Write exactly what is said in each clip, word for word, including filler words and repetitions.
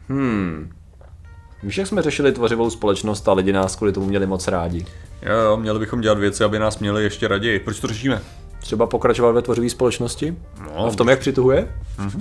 Hmm. Víš, jak jsme řešili tvořivou společnost a lidi nás kvůli tomu měli moc rádi? Jo, jo, měli bychom dělat věci, aby nás měli ještě raději. Proč to řešíme? Třeba pokračovat ve tvořivé společnosti? No, a v tom, jak přituhuje? Mhm.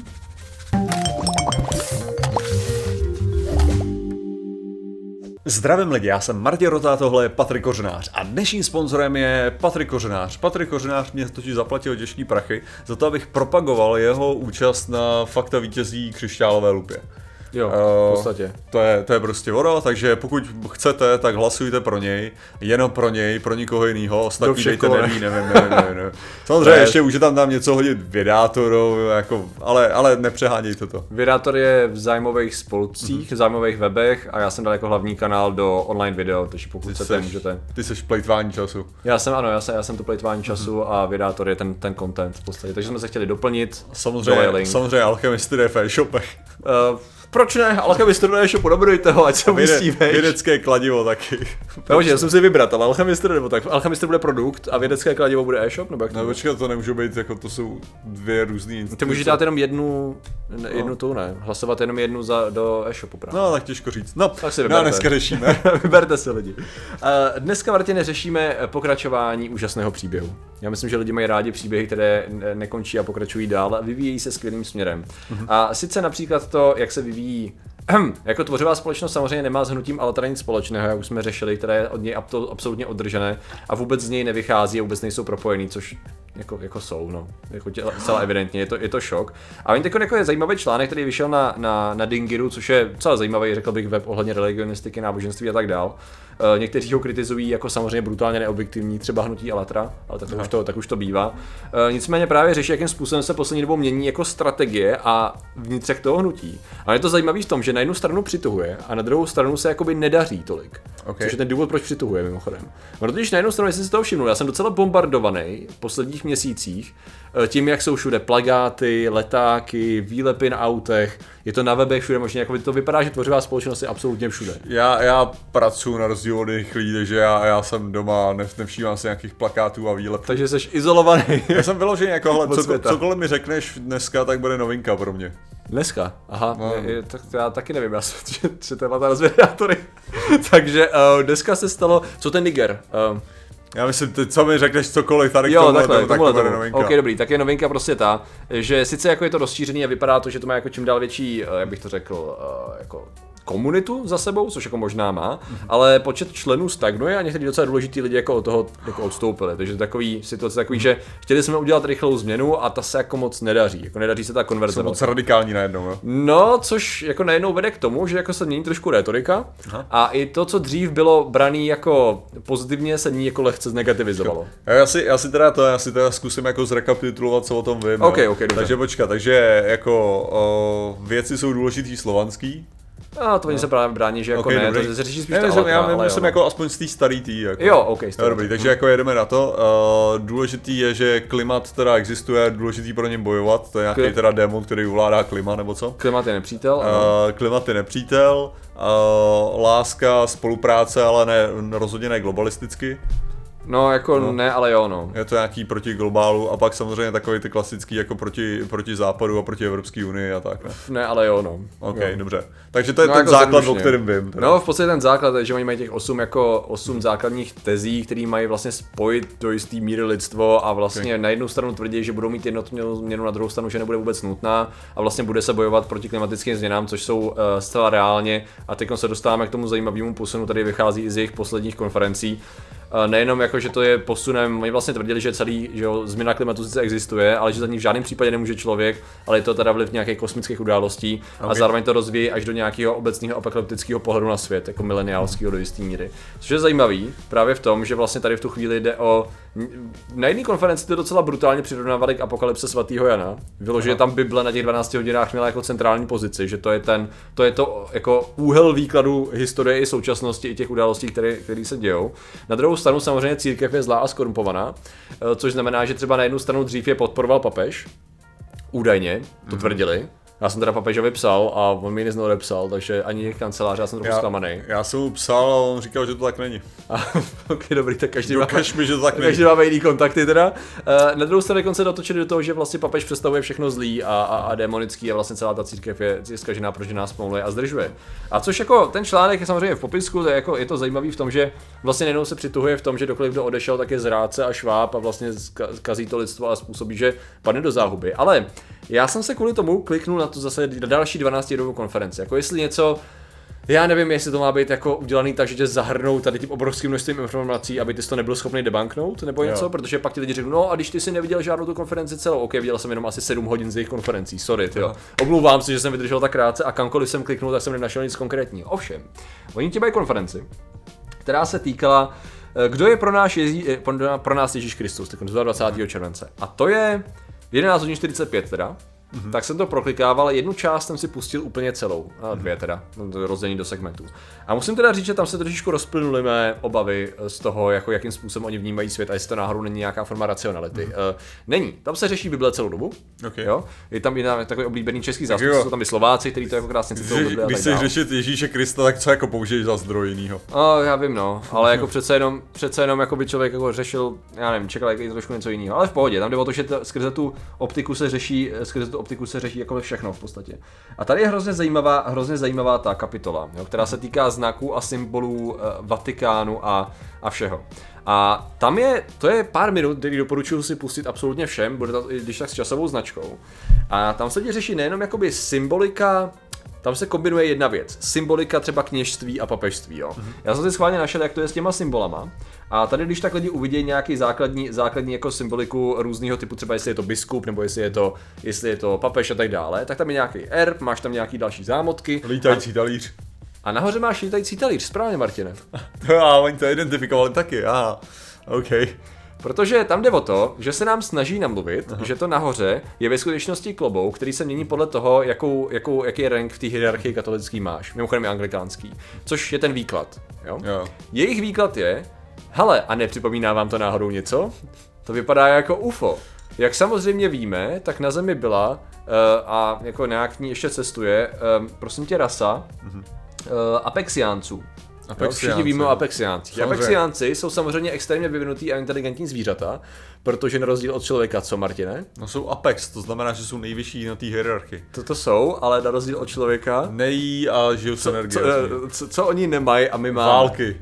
Zdravím lidi, já jsem Martin Rota, tohle je Patrik Kořenář a dnešním sponzorem je Patrik Kořenář. Patrik Kořenář mě totiž zaplatil těžký prachy za to, abych propagoval jeho účast na Fakta vítězí křišťálové lupě. Jo, v podstatě. Uh, to, je, to je prostě ono, takže pokud chcete, tak hlasujte pro něj, jenom pro něj, pro nikoho jiného, ostatní dejte nevím, nevím, nevím, nevím, nevím. Samozřejmě ne. Ještě může tam tam něco hodit Vědátoru, jako, ale, ale nepřehánějte to. Vědátor je v zájmových spolcích, mm-hmm. v zájmových webech a já jsem dal jako hlavní kanál do online video, takže pokud ty chcete, seš, můžete. Ty seš plejtvání času. Já jsem, ano, já jsem, já jsem to plejtvání času mm-hmm. a Vědátor je ten, ten content v podstatě, takže jsme se chtěli doplnit. Samozřejmě, samozřejmě Alchemisty v e-shopech. Uh, Proč ne? Alchemisty do e-shopu, dobrujte ho, ať se umístí vejš. Vědecké kladivo taky. Takže já jsem si vybrat, ale Alchemisty nebo tak. Alchemisty bude produkt a vědecké kladivo bude e-shop, nebo jak to? No počkat, to nemůže být, jako to jsou dvě různý instituce. Ty můžeš dát jenom jednu, ne, jednu no. tu, ne? Hlasovat jenom jednu za, do e-shopu právě. No, tak těžko říct. No, tak si no dneska řešíme. Vyberte se lidi. Uh, dneska, Martine, řešíme pokračování úžasného příběhu. Já myslím, že lidi mají rádi příběhy, které nekončí a pokračují dál a vyvíjejí se skvělým směrem. Mm-hmm. A sice například to, jak se vyvíjí jako tvořivá společnost samozřejmě nemá s hnutím Altra nic společného, jak už jsme řešili, které je od něj absolutně održené a vůbec z něj nevychází a vůbec nejsou propojený, což jako, jako jsou, no, jako tě, celá evidentně, je to, je to šok. A oni takový jako je zajímavý článek, který vyšel na, na, na Dingiru, což je celá zajímavý, řekl bych, web ohledně religionistiky, náboženství a tak dál. Uh, někteří ho kritizují jako samozřejmě brutálně neobjektivní, třeba hnutí Altra, ale tak, to už, to, tak už to bývá. Uh, nicméně právě řeší, jakým způsobem se poslední dobou mění jako strategie a vnitřek toho hnutí. A je to zajímavé v tom, že na jednu stranu přituhuje a na druhou stranu se jakoby nedaří tolik. Okay. Což je ten důvod, proč přituhuje mimochodem. No, totiž na jednu stranu, jestli si toho všimnul, já jsem docela bombardovaný v posledních měsících tím, jak jsou všude plakáty, letáky, výlepy na autech, je to na webech všude možná, jako to vypadá, že tvořivá společnost je absolutně všude. Já, já pracuji na rozdíl od jiných lidí, takže já, já jsem doma, ne, nevšímám si nějakých plakátů a výlepů. Takže jsi izolovaný. Já jsem vyložený jako, hele, co, cokoliv mi řekneš dneska, tak bude novinka pro mě. Dneska? Aha, no. je, je, tak já taky nevím, já jsem tři, tři témata na Vědátory. Takže uh, dneska se stalo, co ten Niger? Uh, Já myslím, ty, co mi řekneš cokoliv tady jo, k tomuhle, takhle, tak to bude novinka. Ok, dobrý, tak je novinka prostě ta, že sice jako je to rozšířený a vypadá to, že to má jako čím dál větší, jak bych to řekl, jako komunitu za sebou, což jako možná má, mm-hmm. ale počet členů stagnuje a někteří docela důležití lidi jako od toho jako odstoupili. Takže takový situace takový, mm-hmm. že chtěli jsme udělat rychlou změnu a ta se jako moc nedaří. Jako nedaří se ta konverze. Jsou moc radikální najednou, jo? No, což jako najednou vede k tomu, že jako se mění trošku rétorika a i to, co dřív bylo braný jako pozitivně, se ní jako lehce znegativizovalo. Já si, já si teda to, já si teda zkusím jako zrekapitulovat, co o tom vím. Okay, okay, takže počkat, takže jako o, věci jsou důležitý slovanský. A to oni no. se právě brání, že jako okay, ne, dobrý. To se řeší spíš ne, ta Altra, já myslím jo, jako no. aspoň z té starý tý. Jako. Jo, ok. No, dobrý, takže hmm. jako jedeme na to. Uh, důležitý je, že klimat teda existuje, důležitý pro něm bojovat, to je nějaký Kli... teda démon, který ovládá klima, nebo co? Klimat je nepřítel. Uh, klimat je nepřítel, uh, láska, spolupráce, ale ne, rozhodně ne globalisticky. No jako no. ne, ale jo no. Je to nějaký proti globálu a pak samozřejmě takový ty klasický jako proti, proti západu a proti Evropské unii a tak. Ne, ne ale jo no. Ok, jo. dobře. Takže to je no, ten jako základ, zrušně. o kterém vím. Teda. No v podstatě ten základ je, že oni mají těch osm jako osm základních tezí, které mají vlastně spojit do jistý míry lidstvo a vlastně okay. na jednu stranu tvrdí, že budou mít jednotnou změnu, na druhou stranu, že nebude vůbec nutná a vlastně bude se bojovat proti klimatickým změnám, což jsou uh, zcela reálně a teď se dostáváme k tomu zajímavému posunu, tady vychází i z jejich posledních konferencí. Nejenom jako, že to je posunem, oni vlastně tvrdili, že celý, že jo, změna klimatu sice existuje, ale že za ní v žádném případě nemůže člověk, ale je to teda vliv nějakých kosmických událostí okay. a zároveň to rozvíjí až do nějakého obecného apokalyptického pohledu na svět, jako mileniálského do jisté míry. Což je zajímavý právě v tom, že vlastně tady v tu chvíli jde o, na jedné konferenci to docela brutálně přirovnávali k apokalypse svatého Jana. Vyloženě tam Bible na těch dvanácti hodinách měla jako centrální pozici, že to je ten, to je to jako úhel výkladu historie i současnosti i těch událostí, které, které se dějou. Na druhou stranu samozřejmě církev je zlá a skorumpovaná, což znamená, že třeba na jednu stranu dřív je podporoval papež, údajně, to tvrdili, Já jsem teda papežovi psal a on mi nic neodepsal, takže ani kancelář, já jsem trochu zklamaný. Já jsem mu psal a on říkal, že to tak není. Ok, dobrý, tak každý má, mi, že to tak každý máme jiný kontakty teda. Uh, na druhou stranu konce dotočili do toho, že vlastně papež představuje všechno zlý a, a, a démonický a vlastně celá ta církev je, je zkažená, protože nás pomluje a zdržuje. A což jako ten článek je samozřejmě v popisku, to je, jako, je to zajímavý v tom, že vlastně nejenom se přituhuje v tom, že dokoliv kdo odešel, tak je zrádce a šváb a vlastně kazí to lidstvo a způsobí, že padne do záhuby. Ale já jsem se kvůli tomu kliknul na to zase další dvanáctidenní konferenci. Jako jestli něco, já nevím, jestli to má být jako udělaný tak, že tě zahrnou tady tím obrovským množstvím informací, aby ty to nebyl schopný debunknout nebo něco, jo. Protože pak ti lidi řeknou, no a když ty si neviděl žádnou tu konferenci celou, ok, viděl jsem jenom asi sedm hodin z jejich konferencí, sorry, tyjo. Omlouvám se, že jsem vydržel tak krátce a kamkoliv jsem kliknul, tak jsem nenašel nic konkrétního. Ovšem, oni ti mají konferenci, která se týkala, kdo je pro, náš Ježí, pro nás Ježíš Kristus, tak dvacátého července. A to je jedenáct hodin čtyřicet pět teda. Mm-hmm. Tak jsem to proklikával, jednu část jsem si pustil úplně celou, a dvě teda, rozdělení do segmentů. A musím teda říct, že tam se trošičku rozplynuly mé obavy z toho, jako jakým způsobem oni vnímají svět a jestli to náhodou není nějaká forma racionality. Mm-hmm. Uh, není, tam se řeší Bible celou dobu, okay. Jo? Je tam i takový oblíbený český zástupce, jsou tam i Slováci, kteří to jako krásně citují Bible. Když chceš řešit Ježíše Krista, tak co jako použiješ za zdroj jinýho? No, já vím no, ale jako přece jenom, přece jenom jako by člověk jako řešil, já nevím, čekal jako trošku něco jiného, ale v pohodě, tam jde o to, že to, skrze tu optiku se řeší, skrze tu optiku se řeší jako všechno v podstatě. A tady je hrozně zajímavá, hrozně zajímavá ta kapitola, jo, která se týká znaků a symbolů uh, Vatikánu a, a všeho. A tam je, to je pár minut, který doporučuji si pustit absolutně všem, bude to, když tak s časovou značkou. A tam se ti řeší nejenom jakoby symbolika, tam se kombinuje jedna věc, symbolika třeba kněžství a papežství, jo. Mm-hmm. Já jsem si schválně našel, jak to je s těma symbolama. A tady, když tak lidi uvidějí nějaký základní, základní jako symboliku různého typu, třeba jestli je to biskup, nebo jestli je to, jestli je to papež a tak dále, tak tam je nějaký erb, máš tam nějaký další zámotky. Lítající talíř. A nahoře máš lítající talíř, správně, Martine. A oni to identifikovali taky, aha, OK. Protože tam jde o to, že se nám snaží namluvit, aha, že to nahoře je ve skutečnosti klobouk, který se mění podle toho, jakou, jakou, jaký rank v té hierarchii katolický máš. Mimochodem je anglikánský, což je ten výklad. Jo? Jo. Jejich výklad je, hele, a nepřipomíná vám to náhodou něco? To vypadá jako U F O. Jak samozřejmě víme, tak na Zemi byla uh, a jako nějak k ní ještě cestuje, um, prosím tě, rasa uh, apexiánců. Jo, všichni víme o apexiáncích. Apexiánci jsou samozřejmě extrémně vyvinutý a inteligentní zvířata, protože na rozdíl od člověka, co Martine? No jsou apex, to znamená, že jsou nejvyšší na té hierarchii. To jsou, ale na rozdíl od člověka nejí a žijou s energií. Co, co, co oni nemají a my máme? Války.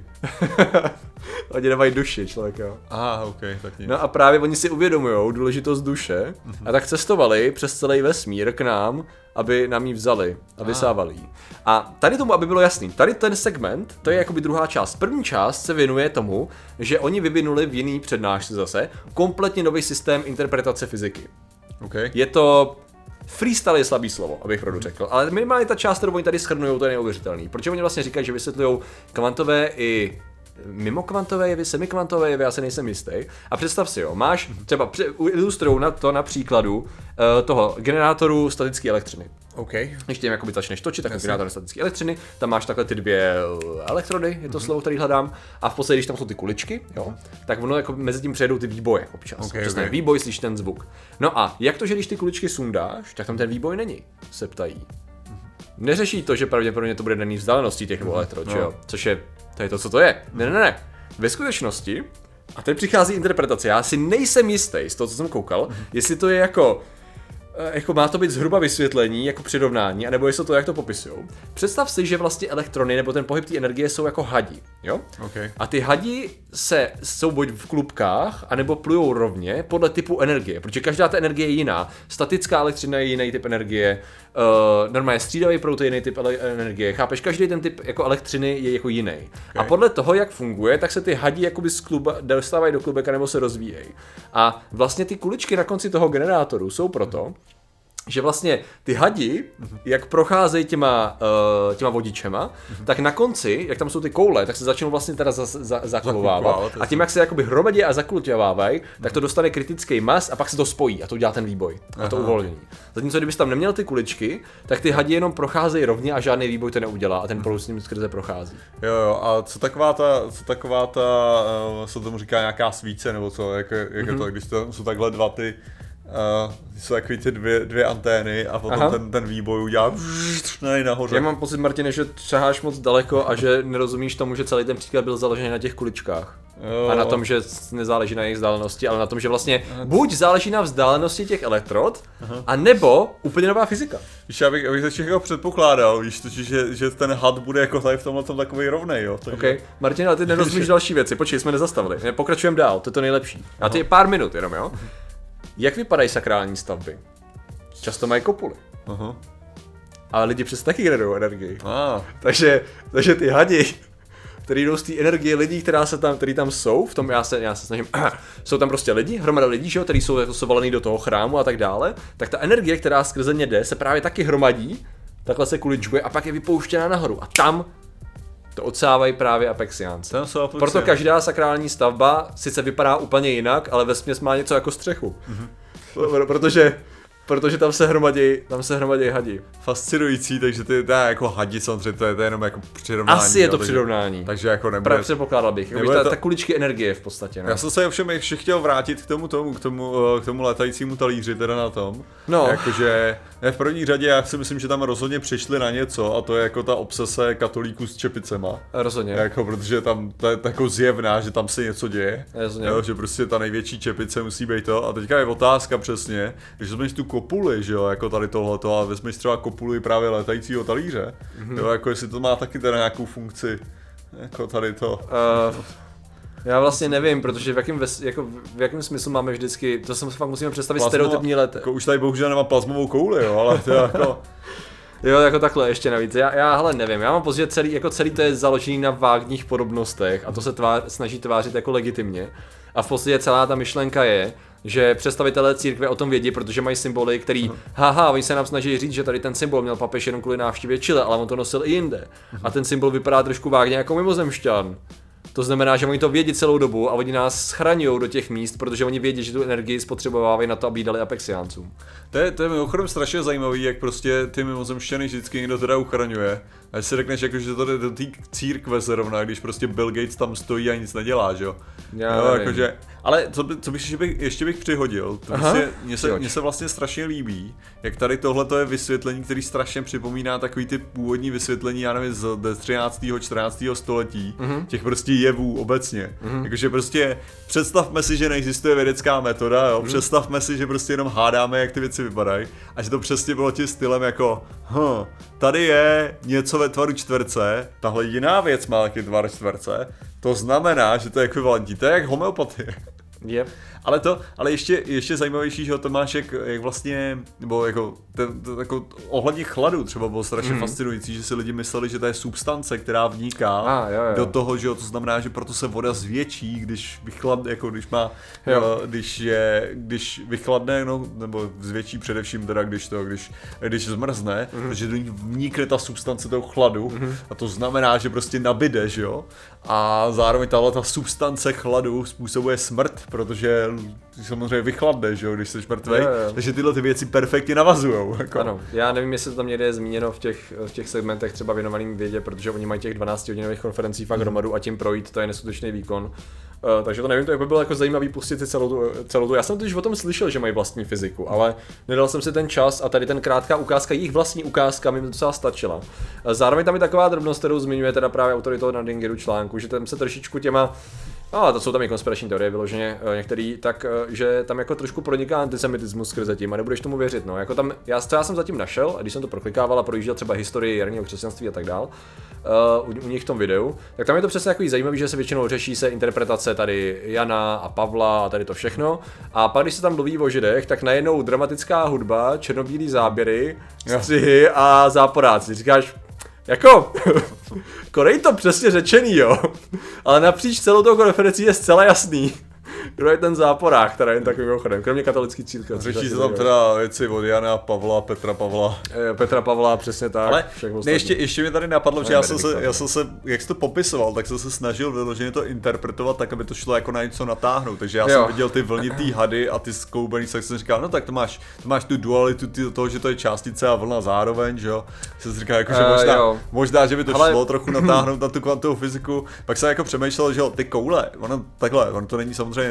Oni nemají duši, člověka. Aha, ok, tak nic. No a právě oni si uvědomujou důležitost duše mm-hmm. a tak cestovali přes celý vesmír k nám, aby nám ji vzali a vysávali ji. A tady tomu, aby bylo jasný, tady ten segment, to je jakoby druhá část. První část se věnuje tomu, že oni vyvinuli v jiný přednášce zase kompletně nový systém interpretace fyziky. Okay. Je to... Freestyle je slabý slovo, abych pravdu řekl, ale minimálně ta část, kterou oni tady shrnujou, to je neuvěřitelný. Protože oni vlastně říkají, že vysvětlují kvantové i mimo kvantové jevy, semikvantové jevy, já se nejsem jistý. A představ si, jo, máš třeba ilustrují na to na příkladu uh, toho generátoru statické elektřiny. Okay. Když tím jakoby začneš točit, tak generátor statické elektřiny, tam máš takhle ty dvě elektrody, je to mm-hmm. slovo, který hledám, a v podstatě, když tam jsou ty kuličky, jo, tak ono jako mezi tím přejdou ty výboje občas. Okay, občas okay. ten výboj, slyšíš ten zvuk. No a jak to, že když ty kuličky sundáš, tak tam ten výboj není, se ptají. Neřeší to, že pravděpodobně to bude daný vzdáleností těch mm-hmm. elektrod, no. Jo, což je, to je to, co to je. Ne, ne, ne. Ve skutečnosti, a teď přichází interpretace, já si nejsem jistý z toho, co jsem koukal, mm-hmm. jestli to je jako jako má to být zhruba vysvětlení, jako přirovnání, anebo jestli to, jak to popisujou. Představ si, že vlastně elektrony nebo ten pohyb té energie jsou jako hadi, jo? Okay. A ty hadi se jsou buď v klubkách, anebo plujou rovně podle typu energie, protože každá ta energie je jiná. Statická elektřina je jiný typ energie, uh, normálně střídavý proud je jiný typ energie, chápeš? Každý ten typ jako elektřiny je jako jiný. Okay. A podle toho, jak funguje, tak se ty hadi jakoby z kluba dostávají do klubeka nebo se rozvíjejí. A vlastně ty kuličky na konci toho generátoru jsou proto, že vlastně ty hadi, jak procházejí těma, uh, těma vodičema, mm-hmm. tak na konci, jak tam jsou ty koule, tak se začnou vlastně teda za, za, zakluvávat. A tím, jak se jakoby hromadí a zakluťovávají, mm-hmm. tak to dostane kritický mas a pak se to spojí a to udělá ten výboj a to uvolnění. Zatímco kdybys tam neměl ty kuličky, tak ty hadi jenom procházejí rovně a žádný výboj to neudělá a ten proud s ním skrze prochází. Jo, jo, a co taková ta, co taková ta, uh, se tomu říká nějaká svíce nebo co, jak, jak mm-hmm. je to, když to jsou takhle dva ty Uh, jsou takový ty dvě, dvě antény a potom ten, ten výboj udělá nahoře. Já mám pocit, Martine, že třeháš moc daleko a že nerozumíš tomu, že celý ten příklad byl založený na těch kuličkách. Jo. A na tom, že nezáleží na jejich vzdálenosti, ale na tom, že vlastně buď záleží na vzdálenosti těch elektrod, aha, a nebo úplně nová fyzika. Víš, já bych, abych to všechno předpokládal, víš, totiž, že, že ten had bude jako tady v tomhle tom takový rovnej, jo. Takže... Okay. Martin, ale ty nerozumíš další věci, počkej, jsme nezastavili, pokračujeme dál, to je to nejlepší. A ty je pár minut jenom, jo. Jak vypadají sakrální stavby? Často mají kopuly. Aha. Ale lidi přes taky generují energii. Ah. Takže, takže ty hadi, který jdou z té energie lidí, která se tam, který tam jsou, v tom já se, já se snažím, jsou tam prostě lidi, hromada lidí, že jo, který jsou jako sovalení do toho chrámu a tak dále, tak ta energie, která skrze ně jde, se právě taky hromadí, takhle se kuličkuje a pak je vypouštěna nahoru a tam to odsávají právě apexiánci. Proto každá sakrální stavba sice vypadá úplně jinak, ale vesměs má něco jako střechu. Mm-hmm. Protože Protože tam se hromadí, tam se hromadí hadi. Fascinující, takže ty dá jako hadi samozřejmě, to je, to je jenom jako přirovnání. Asi je to přirovnání. Takže jako nebude... Předpokládal bych, nebude ta, to... ta kuličky energie v podstatě. No. Já jsem se ovšem ještě chtěl vrátit k tomu tomu, k tomu, k tomu letajícímu talíři teda na tom. No. Jakože ne, v první řadě já si myslím, že tam rozhodně přišli na něco a to je jako ta obsese katolíků s čepicema. Rozhodně. Jako, protože tam to je jako zjevná, že tam se něco děje. Jo, že prostě ta největší čepice musí být to. A teďka je otázka přesně, když vezmeš tu kopuli, že jo, jako tady tohleto a vezmeš třeba kopuli právě letajícího talíře, mm-hmm, jo, jako jestli to má taky teda nějakou funkci, jako tady to. Uh, já vlastně nevím, protože v jakém, jako, v jakém smyslu máme vždycky, to se fakt musíme představit Plazma, stereotypní let. Jako už tady bohužel nemá plazmovou kouli, jo, ale to je jako... Jo, jako takhle ještě navíc. Já, já hele nevím, já mám pocit, že celý, jako celý to je založený na vágních podobnostech a to se tvář, snaží tvářit jako legitimně. A v podstatě celá ta myšlenka je, že představitelé církve o tom vědí, protože mají symboly, který, uh-huh, haha, oni se nám snaží říct, že tady ten symbol měl papež jenom kvůli návštěvě Chile, ale on to nosil i jinde. Uh-huh. A ten symbol vypadá trošku vágně jako mimozemšťan. To znamená, že oni to vědí celou dobu a oni nás schraňují do těch míst, protože oni vědí, že tu energii spotřebovávají na to, aby dali apexiáncům. To je, to je mimochodem strašně zajímavý, jak prostě ty mimozemšťany vždycky někdo teda uchraňuje. A si řekneš, jako, že to jde do té církve zrovna, když prostě Bill Gates tam stojí a nic nedělá, že jo? Já no, jakože, ale co, by, co bych ještě, bych ještě bych přihodil, to prostě, mně, se, mně se vlastně strašně líbí, jak tady tohle je vysvětlení, který strašně připomíná takový ty původní vysvětlení, já nevím, z třináctého čtrnáctého století, uh-huh, těch prostě jevů obecně. Uh-huh. Jakože prostě představme si, že neexistuje vědecká metoda, jo? Uh-huh. Představme si, že prostě jenom hádáme, jak ty věci vypadají a že to přesně bylo tím stylem jako, hm, tady je něco ve tvaru čtverce, tahle jiná věc má taky tvar čtverce, to znamená, že to je ekvivalentní, to je jak homeopatie. Yep. Ale to, ale ještě, ještě zajímavější, že to máš jak, jak vlastně, nebo jako, ten, ten, jako ohledně chladu třeba bylo strašně mm. fascinující, že si lidi mysleli, že to je substance, která vniká ah, jo, jo. do toho, že jo, to znamená, že proto se voda zvětší, když vychladne, jako když má, jo. když je, když vychladne, no, nebo zvětší především teda, když to, když, když zmrzne, mm. takže do ní vnikne ta substance toho chladu mm. a to znamená, že prostě nabide, že jo, a zároveň tahle ta substance chladu způsobuje smrt, protože samozřejmě vychladne, že jo, když jsi mrtvej, jo, jo. Takže tyhle ty věci perfektně navazujou. Jako. Ano, já nevím, jestli to tam někde je zmíněno v těch, v těch segmentech třeba věnovaným vědě, protože oni mají těch dvanáctihodinových konferencí fakt hromadu mm. a tím projít, to je neskutečný výkon. Uh, takže to nevím, to by bylo jako zajímavý pustit si celou tu, celou tu. Já jsem totiž o tom slyšel, že mají vlastní fyziku, ale nedal jsem si ten čas a tady ten krátká ukázka, jejich vlastní ukázka mi docela stačila. Uh, zároveň tam je taková drobnost, kterou zmiňuje teda právě autor toho Nadingeru článku, že tam se trošičku těma a to jsou tam i konspirační teorie vyloženě některý, tak že tam jako trošku proniká antisemitismus skrze tím a nebudeš tomu věřit, no. Jako tam, já třeba jsem zatím našel, a když jsem to proklikával a projížděl třeba historii jarního křesťanství a tak dál, uh, u, u nich v tom videu, tak tam je to přesně takový zajímavý, že se většinou řeší se interpretace tady Jana a Pavla a tady to všechno. A pak když se tam mluví o Židech, tak najednou dramatická hudba, černobílý záběry, střihy a záporáci. Říkáš, jako, Korej to přesně řečený, jo, ale napříč celou tou konferencí je zcela jasný, kdo je ten záporák, teda jen takovým ochodem, kromě katolický církve. Řečí se tam teda věci od Jana, Pavla, Petra Pavla. Petra Pavla, přesně tak. Ale ne, ještě, ještě mi tady napadlo, no, že já jsem, se, já jsem se, jak jsi to popisoval, tak jsem se snažil vyloženě to interpretovat tak, aby to šlo jako na něco natáhnout. Takže já jo. jsem viděl ty vlnitý hady a ty skloubený, tak jsem říkal, no tak to máš, to máš tu dualitu ty, toho, že to je částice a vlna zároveň, že jo. Jsem si říkal, jako, že možná, uh, možná, že by to Ale... šlo trochu natáhnout na tu kvantovou fyziku. Pak jsem jako přemýšlel, že jo, ty koule, ono takhle, ono to není samozřejmě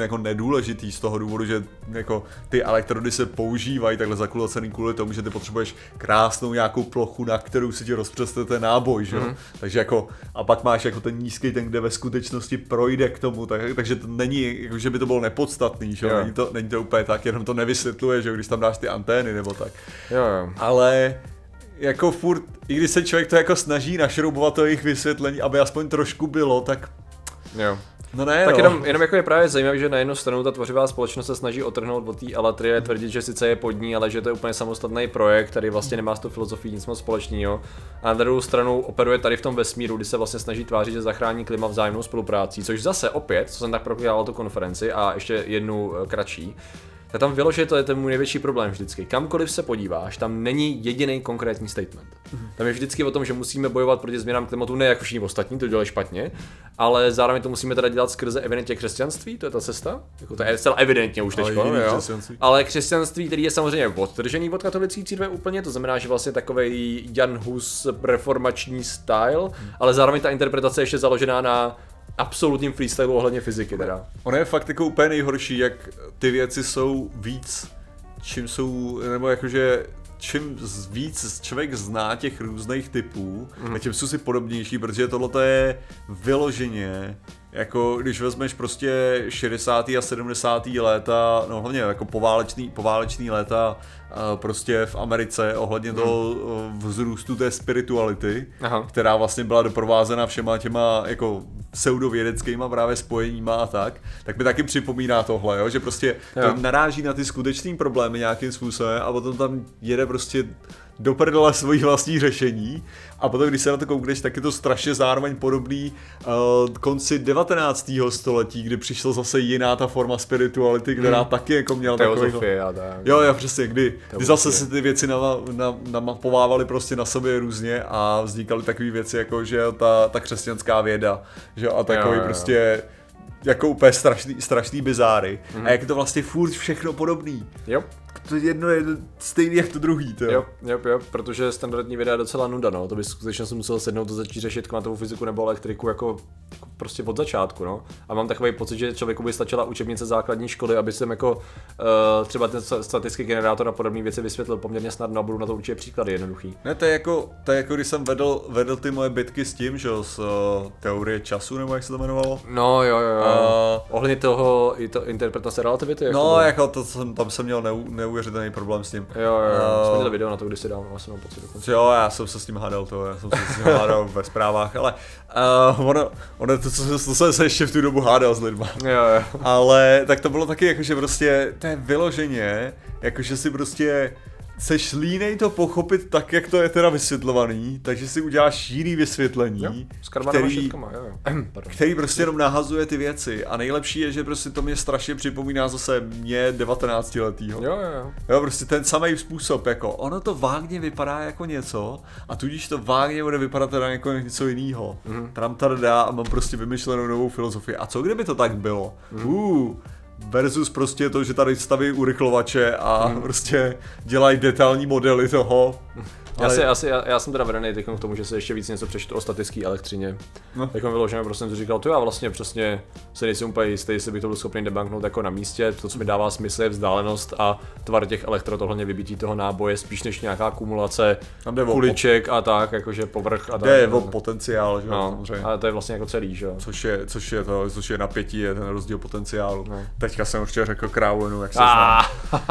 jako nedůležitý z toho důvodu, že jako ty elektrody se používají takhle zakulacený kvůli tomu, že ty potřebuješ krásnou nějakou plochu, na kterou si ti rozpřeste ten náboj, že jo? Mm. Takže jako, a pak máš jako ten nízký, ten, kde ve skutečnosti projde k tomu, tak, takže to není, jako, že by to bylo nepodstatný, že jo? Není to, není to úplně tak, jenom to nevysvětluje, že jo, když tam dáš ty antény nebo tak. Jo, jo. Ale jako furt, i když se člověk to jako snaží našroubovat to jejich vysvětlení, aby aspoň trošku bylo, tak jo. No ne, tak no. jenom, jenom jako je právě zajímavé, že na jednu stranu ta tvořivá společnost se snaží otrhnout od té Alatrie, tvrdit, že sice je pod ní, ale že to je úplně samostatný projekt, který vlastně nemá s tou filozofií nic moc společného. A na druhou stranu operuje tady v tom vesmíru, kdy se vlastně snaží tvářit, že zachrání klima vzájemnou spoluprácí, což zase opět, co jsem tak prokládal tu konferenci a ještě jednu kratší. Já tam vyložit, to je ten můj největší problém vždycky. Kamkoliv se podíváš, tam není jediný konkrétní statement. Mm. Tam je vždycky o tom, že musíme bojovat proti změnám klimatu, ne jako všichni ostatní, to dělají špatně, ale zároveň to musíme teda dělat skrze evidentně křesťanství, to je ta cesta. Jako to je celá evidentně už teďko, ale, ale křesťanství, který je samozřejmě odtržený od katolické církve úplně, to znamená, že vlastně takovej Jan Hus reformační style, mm. ale zároveň ta interpretace je ještě založená na absolutním freestylu ohledně fyziky teda. Ono je fakt jako úplně nejhorší, jak ty věci jsou víc, čím jsou, nebo jakože čím víc člověk zná těch různých typů, mm. tím jsou si podobnější, protože tohle je vyloženě, jako když vezmeš prostě šedesátá a sedmdesátá léta, no hlavně jako poválečný, poválečný léta prostě v Americe ohledně mm. toho vzrůstu té spirituality, Aha. která vlastně byla doprovázena všema těma jako pseudovědeckýma právě spojeníma a tak, tak mi taky připomíná tohle, jo? Že prostě to naráží na ty skutečný problémy nějakým způsobem a potom tam jede prostě do prdele svojí vlastní řešení a potom, když se na to koukneš, tak je to strašně zároveň podobný uh, konci devatenáctého století, kdy přišla zase jiná ta forma spirituality, která hmm. taky jako měla takový... Jo, jo, přesně, kdy, kdy zase se ty věci namapovávaly na, na prostě na sobě různě a vznikaly takové věci, jako že ta, ta křesťanská věda, že a takový jo, jo, jo. prostě jako úplně strašný, strašný bizáry. Hmm. A jak je to vlastně furt všechno podobný. Jo. To jedno je stejný jak to druhý, to jo. Jo, jo, protože standardní věda je docela nuda, no. To by skutečně jsem musel sednout to začít řešit kvantovou fyziku nebo elektriku jako, jako prostě od začátku, no. A mám takový pocit, že člověku by stačila učebnice základní školy, aby jsem jako uh, třeba ten statický generátor a podobné věci vysvětlil poměrně snadno a budu na to určitě příklady jednoduchý. Ne, to je jako, to je jako když jsem vedl, vedl ty moje bitky s tím, že z uh, teorie času, nebo jak se to jmenovalo? No jo, jo, jo. Uh, Ohledně toho i to interpretace relativity. Jako no, jako to jsem, tam jsem měl neu, neuvěřitelný problém s tím. Jo, jo, jo. Uh, jsme měli video na to, když si dám, vlastně mám pocit dokonce. Jo, já jsem se s tím hádal, to, já jsem se s tím hádal ve zprávách, ale uh, ono, ono to, to, to, to jsem se ještě v tu dobu hádal s lidma. Jo, jo. Ale tak to bylo taky jako, že prostě to je vyloženě, jakože si prostě seš línej to pochopit tak, jak to je teda vysvětlovaný, takže si uděláš jiný vysvětlení, jo, který, šetkama, jo, jo. který prostě jenom nahazuje ty věci a nejlepší je, že prostě to mě strašně připomíná zase mě devatenáctiletýho. Jo, jo, jo. Jo, prostě ten samý způsob, jako ono to vágně vypadá jako něco a tudíž to vágně bude vypadat teda jako něco jiného. Mm. Tam tady dá a mám prostě vymyšlenou novou filozofii. A co kdyby to tak bylo? Mm. Uh, versus prostě to, že tady staví urychlovače a hmm. prostě dělají detailní modely toho. Já, ale... si, já, si, já, já jsem teda vedený k tomu, že se ještě víc něco přečtu o statické elektřině. No. Tak on vyloženě prostě jsem si říkal, to já vlastně přesně se nejsem úplně jistý, jestli bych to byl schopný debanknout jako na místě. To, co mi dává smysl, je vzdálenost a tvar těch elektrod, ohledně vybití toho náboje, spíš než nějaká kumulace kuliček a tak, jakože povrch a tak. Jde o potenciál, že no, samozřejmě. Ale to je vlastně jako celý, že jo. Což je, což je to, což je napětí, je ten rozdíl potenciálu. No. Teďka jsem určitě řekl krávonu, jak se znám.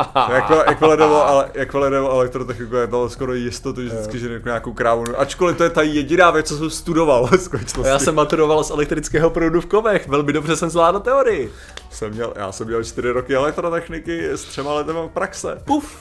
Jakmile jde o elektrotechniku, je to skoro jistotu, že vždycky, že řeknu nějakou krávonu. Ačkoliv to je ta jediná věc, co jsem studoval v skutečnosti. Já jsem maturoval z elektrického proudu v Kovech, velmi dobře jsem zvládl teorii. Jsem měl, já jsem měl čtyři roky elektrotechniky s třema lety praxe. Puf.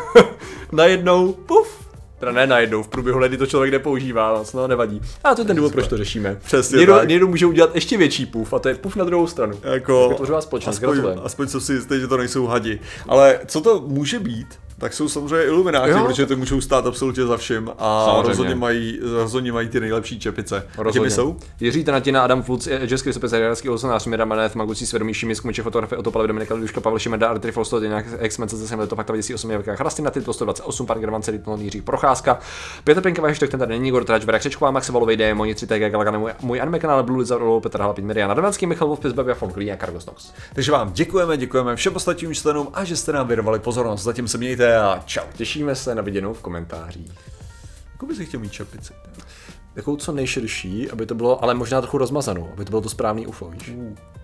Najednou, puf. Teda ne najednou, v průběhu lety to člověk nepoužívá, no nevadí. A to je ten důvod, proč to řešíme. Přesně někdo, tak. Někdo může udělat ještě větší puf a to je puf na druhou stranu. Jako, je společnost, aspoň, aspoň jsem si jistý, že to nejsou hadi. Ale co to může být, Tak jsou samozřejmě ilumináti, Jo. protože ty můžou stát absolutně za vším a Samozřejmě. rozhodně mají, rozhodně mají ty nejlepší čepice. A těmi jsou? Jiří Trnatina, Adam Fulc, Český vysopec, Hradský Olsonář, Mira Manet, Magucí Svědomí, Šimis, Kmuče, fotografie Oto Palev, Dominika Liduška, Pavel Šimenda, Artry Fosto, Jinak X-Men, C Z Leto, Fakta věděcí osm, Jelka Chrastina, Titl sto dvacet osm, Park Gravan, Celitno, Jiří Procházka, Pětr Pinková, hashtag ten tady není, Igor Trač, Vera Křečková, Max Valovej, D, Moni tři T G, Galagane, můj, můj anime kanál, Blue Lizard, Petr Halapin, Miriana Radvanský, Michal Wolf, Pizbabia, Folklí a Cargos Nox. Takže vám děkujeme, děkujeme všem ostatním členům a že jste nám věnovali pozornost. Zatím se mějte a čau. Těšíme se na viděnou v komentářích. Jako bys chtěl mít čepici? Takovou co nejširší, aby to bylo, ale možná trochu rozmazanou, aby to bylo to správný U F O, víš? Uh.